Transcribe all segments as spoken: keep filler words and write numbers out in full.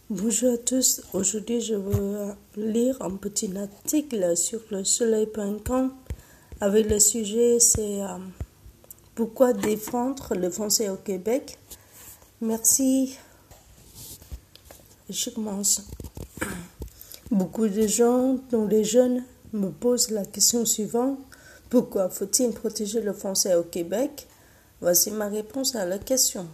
Bonjour à tous, aujourd'hui je veux lire un petit article sur le soleil point com avec le sujet c'est euh, pourquoi défendre le français au Québec. Merci, je commence. Beaucoup de gens, dont les jeunes, me posent la question suivante: pourquoi faut-il protéger le français au Québec? Voici ma réponse à la question.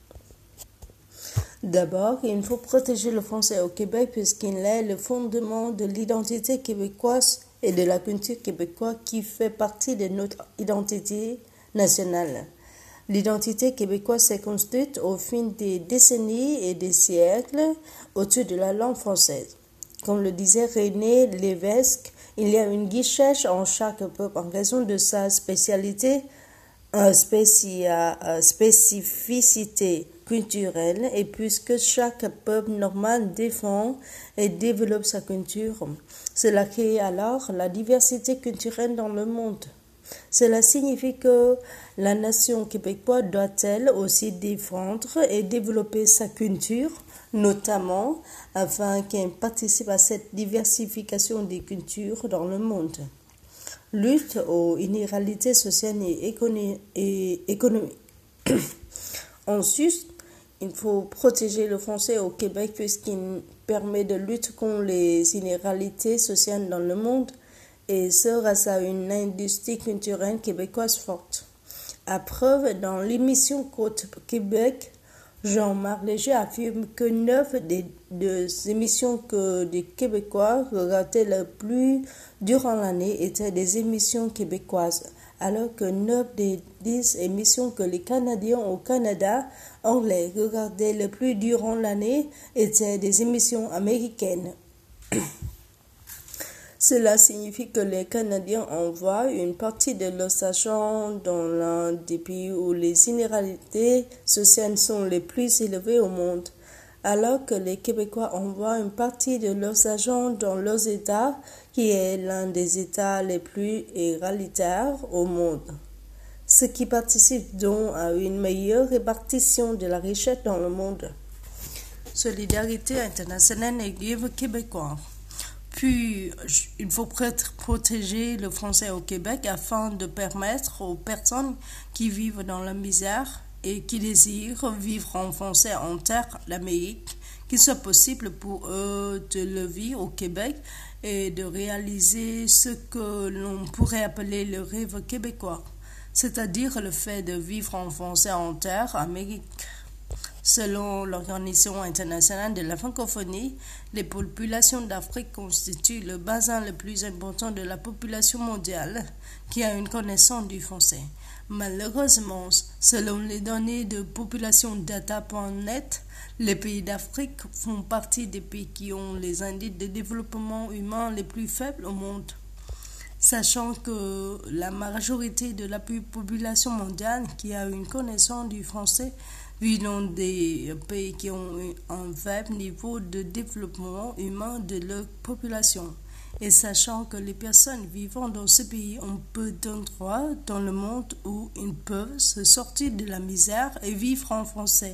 D'abord, il faut protéger le français au Québec puisqu'il est le fondement de l'identité québécoise et de la culture québécoise qui fait partie de notre identité nationale. L'identité québécoise s'est construite au fil des décennies et des siècles autour de la langue française. Comme le disait René Lévesque, il y a une guichette en chaque peuple en raison de sa spécialité, euh, spécia, euh, spécificité culturelle, et puisque chaque peuple normal défend et développe sa culture, cela crée alors la diversité culturelle dans le monde. Cela signifie que la nation québécoise doit-elle aussi défendre et développer sa culture, notamment afin qu'elle participe à cette diversification des cultures dans le monde. Lutte aux inégalités sociales et économiques. Ensuite, il faut protéger le français au Québec puisqu'il permet de lutter contre les inégalités sociales dans le monde, et ce grâce à une industrie culturelle québécoise forte. À preuve, dans l'émission Côte Québec, Jean-Marc Léger affirme que neuf des, des émissions que les Québécois regardaient le plus durant l'année étaient des émissions québécoises, alors que neuf des dix émissions que les Canadiens au Canada anglais regardaient le plus durant l'année étaient des émissions américaines. Cela signifie que les Canadiens envoient une partie de leurs agents dans l'un des pays où les inégalités sociales sont les plus élevées au monde, alors que les Québécois envoient une partie de leurs agents dans leurs États, qui est l'un des États les plus égalitaires au monde, ce qui participe donc à une meilleure répartition de la richesse dans le monde. Solidarité internationale et livre québécois. Puis, il faut protéger le français au Québec afin de permettre aux personnes qui vivent dans la misère et qui désirent vivre en français en terre d'Amérique qu'il soit possible pour eux de le vivre au Québec et de réaliser ce que l'on pourrait appeler le rêve québécois, c'est-à-dire le fait de vivre en français en terre d'Amérique. Selon l'Organisation internationale de la francophonie, les populations d'Afrique constituent le bassin le plus important de la population mondiale qui a une connaissance du français. Malheureusement, selon les données de population data point net, les pays d'Afrique font partie des pays qui ont les indices de développement humain les plus faibles au monde. Sachant que la majorité de la population mondiale qui a une connaissance du français vit dans des pays qui ont un faible niveau de développement humain de leur population, et sachant que les personnes vivant dans ces pays ont peu d'endroits dans le monde où ils peuvent se sortir de la misère et vivre en français.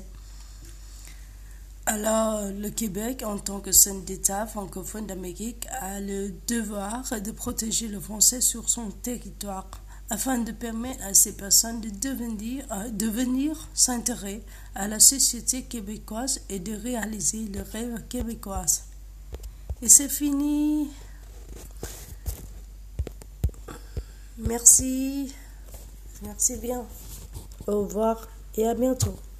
Alors, le Québec, en tant que seul État francophone d'Amérique, a le devoir de protéger le français sur son territoire, afin de permettre à ces personnes de devenir, euh, de venir s'intéresser à la société québécoise et de réaliser le rêve québécois. Et c'est fini. Merci. Merci bien. Au revoir et à bientôt.